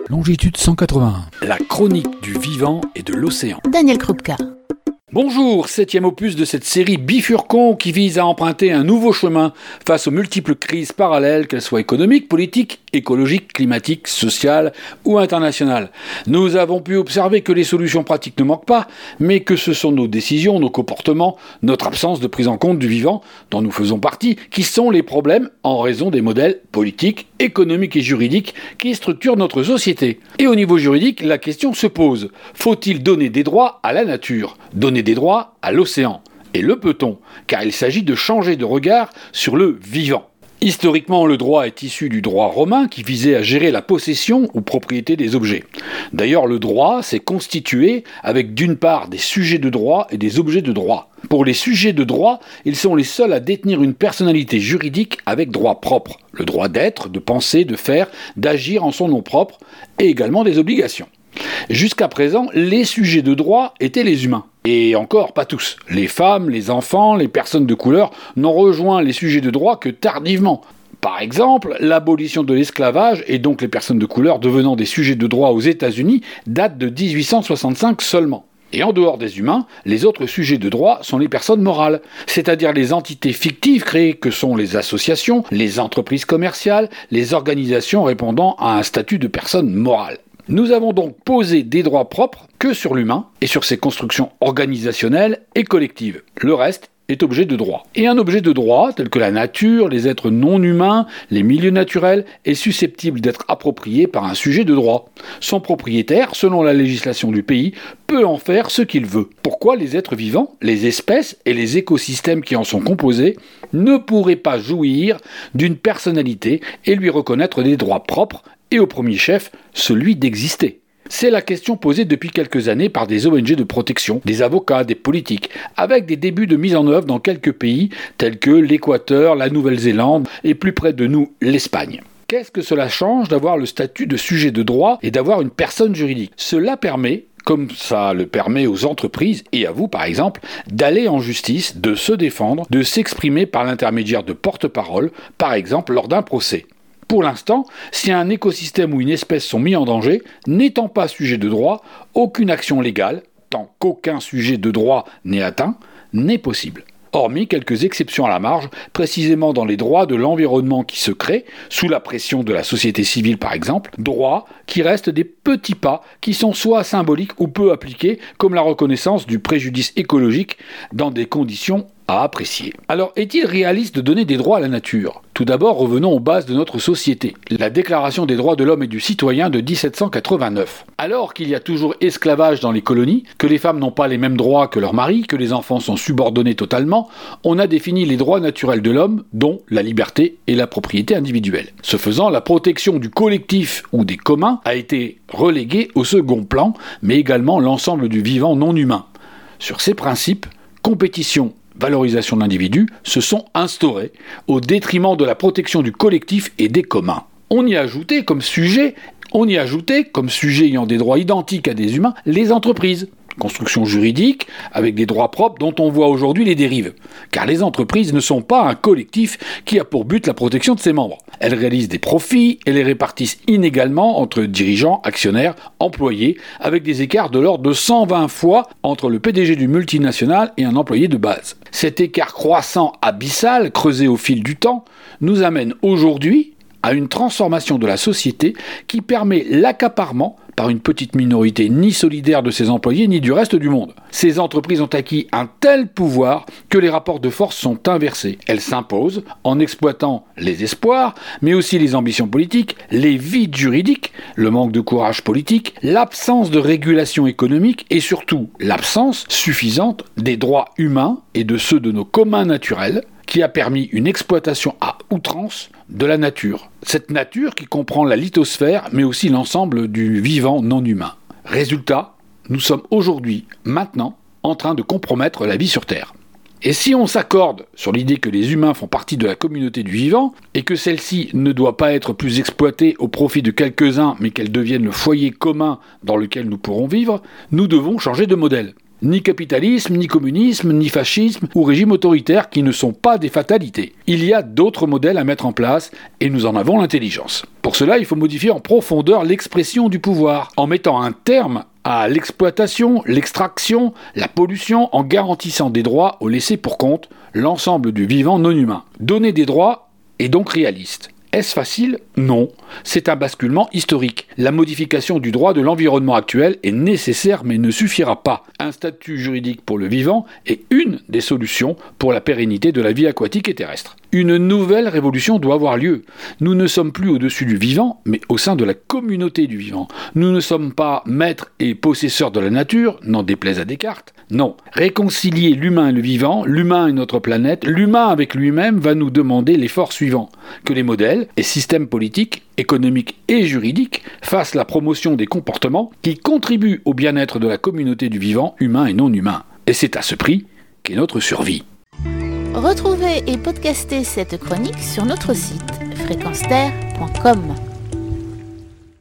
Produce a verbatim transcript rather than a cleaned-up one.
longitude cent quatre-vingt-un. La chronique du vivant et de l'océan. Daniel Krupka. Bonjour, septième opus de cette série Bifurcon qui vise à emprunter un nouveau chemin face aux multiples crises parallèles, qu'elles soient économiques, politiques, écologiques, climatiques, sociales ou internationales. Nous avons pu observer que les solutions pratiques ne manquent pas, mais que ce sont nos décisions, nos comportements, notre absence de prise en compte du vivant, dont nous faisons partie, qui sont les problèmes en raison des modèles politiques, économiques et juridiques qui structurent notre société. Et au niveau juridique, la question se pose. Faut-il donner des droits à la nature ? Donner des droits à l'océan. Et le peut-on ? Car il s'agit de changer de regard sur le vivant. Historiquement, le droit est issu du droit romain qui visait à gérer la possession ou propriété des objets. D'ailleurs, le droit s'est constitué avec d'une part des sujets de droit et des objets de droit. Pour les sujets de droit, ils sont les seuls à détenir une personnalité juridique avec droit propre. Le droit d'être, de penser, de faire, d'agir en son nom propre et également des obligations. Jusqu'à présent, les sujets de droit étaient les humains. Et encore, pas tous. Les femmes, les enfants, les personnes de couleur n'ont rejoint les sujets de droit que tardivement. Par exemple, l'abolition de l'esclavage, et donc les personnes de couleur devenant des sujets de droit aux États-Unis, date de dix-huit cent soixante-cinq seulement. Et en dehors des humains, les autres sujets de droit sont les personnes morales, c'est-à-dire les entités fictives créées que sont les associations, les entreprises commerciales, les organisations répondant à un statut de personne morale. Nous avons donc posé des droits propres que sur l'humain et sur ses constructions organisationnelles et collectives. Le reste est objet de droit. Et un objet de droit, tel que la nature, les êtres non humains, les milieux naturels, est susceptible d'être approprié par un sujet de droit. Son propriétaire, selon la législation du pays, peut en faire ce qu'il veut. Pourquoi les êtres vivants, les espèces et les écosystèmes qui en sont composés ne pourraient pas jouir d'une personnalité et lui reconnaître des droits propres et au premier chef, celui d'exister. C'est la question posée depuis quelques années par des O N G de protection, des avocats, des politiques, avec des débuts de mise en œuvre dans quelques pays tels que l'Équateur, la Nouvelle-Zélande et plus près de nous, l'Espagne. Qu'est-ce que cela change d'avoir le statut de sujet de droit et d'avoir une personne juridique ? Cela permet, comme ça le permet aux entreprises et à vous par exemple, d'aller en justice, de se défendre, de s'exprimer par l'intermédiaire de porte-parole, par exemple lors d'un procès. Pour l'instant, si un écosystème ou une espèce sont mis en danger, n'étant pas sujet de droit, aucune action légale, tant qu'aucun sujet de droit n'est atteint, n'est possible. Hormis quelques exceptions à la marge, précisément dans les droits de l'environnement qui se créent, sous la pression de la société civile par exemple, droits qui restent des petits pas qui sont soit symboliques ou peu appliqués, comme la reconnaissance du préjudice écologique dans des conditions à apprécier. Alors, est-il réaliste de donner des droits à la nature ? Tout d'abord, revenons aux bases de notre société. La Déclaration des droits de l'homme et du citoyen de dix-sept cent quatre-vingt-neuf. Alors qu'il y a toujours esclavage dans les colonies, que les femmes n'ont pas les mêmes droits que leurs maris, que les enfants sont subordonnés totalement, on a défini les droits naturels de l'homme, dont la liberté et la propriété individuelle. Ce faisant, la protection du collectif ou des communs a été reléguée au second plan, mais également l'ensemble du vivant non humain. Sur ces principes, compétition, valorisation de l'individu se sont instaurés au détriment de la protection du collectif et des communs. On y a ajouté comme sujet, on y a ajouté comme sujet ayant des droits identiques à des humains, les entreprises. Construction juridique avec des droits propres dont on voit aujourd'hui les dérives. Car les entreprises ne sont pas un collectif qui a pour but la protection de ses membres. Elles réalisent des profits et les répartissent inégalement entre dirigeants, actionnaires, employés, avec des écarts de l'ordre de cent vingt fois entre le P D G du multinational et un employé de base. Cet écart croissant abyssal, creusé au fil du temps, nous amène aujourd'hui à une transformation de la société qui permet l'accaparement par une petite minorité ni solidaire de ses employés ni du reste du monde. Ces entreprises ont acquis un tel pouvoir que les rapports de force sont inversés. Elles s'imposent en exploitant les espoirs, mais aussi les ambitions politiques, les vides juridiques, le manque de courage politique, l'absence de régulation économique et surtout l'absence suffisante des droits humains et de ceux de nos communs naturels, qui a permis une exploitation à outrance de la nature. Cette nature qui comprend la lithosphère, mais aussi l'ensemble du vivant non humain. Résultat, nous sommes aujourd'hui, maintenant, en train de compromettre la vie sur Terre. Et si on s'accorde sur l'idée que les humains font partie de la communauté du vivant, et que celle-ci ne doit pas être plus exploitée au profit de quelques-uns, mais qu'elle devienne le foyer commun dans lequel nous pourrons vivre, nous devons changer de modèle. Ni capitalisme, ni communisme, ni fascisme ou régime autoritaire qui ne sont pas des fatalités. Il y a d'autres modèles à mettre en place et nous en avons l'intelligence. Pour cela, il faut modifier en profondeur l'expression du pouvoir, en mettant un terme à l'exploitation, l'extraction, la pollution, en garantissant des droits au laissé pour compte, l'ensemble du vivant non humain. Donner des droits est donc réaliste. Est-ce facile ? Non. C'est un basculement historique. La modification du droit de l'environnement actuel est nécessaire mais ne suffira pas. Un statut juridique pour le vivant est une des solutions pour la pérennité de la vie aquatique et terrestre. Une nouvelle révolution doit avoir lieu. Nous ne sommes plus au-dessus du vivant, mais au sein de la communauté du vivant. Nous ne sommes pas maîtres et possesseurs de la nature, n'en déplaise à Descartes. Non. Réconcilier l'humain et le vivant, l'humain et notre planète, l'humain avec lui-même va nous demander l'effort suivant. Que les modèles et systèmes politiques, économiques et juridiques fassent la promotion des comportements qui contribuent au bien-être de la communauté du vivant, humain et non humain. Et c'est à ce prix qu'est notre survie. Retrouvez et podcastez cette chronique sur notre site fréquence terre point com.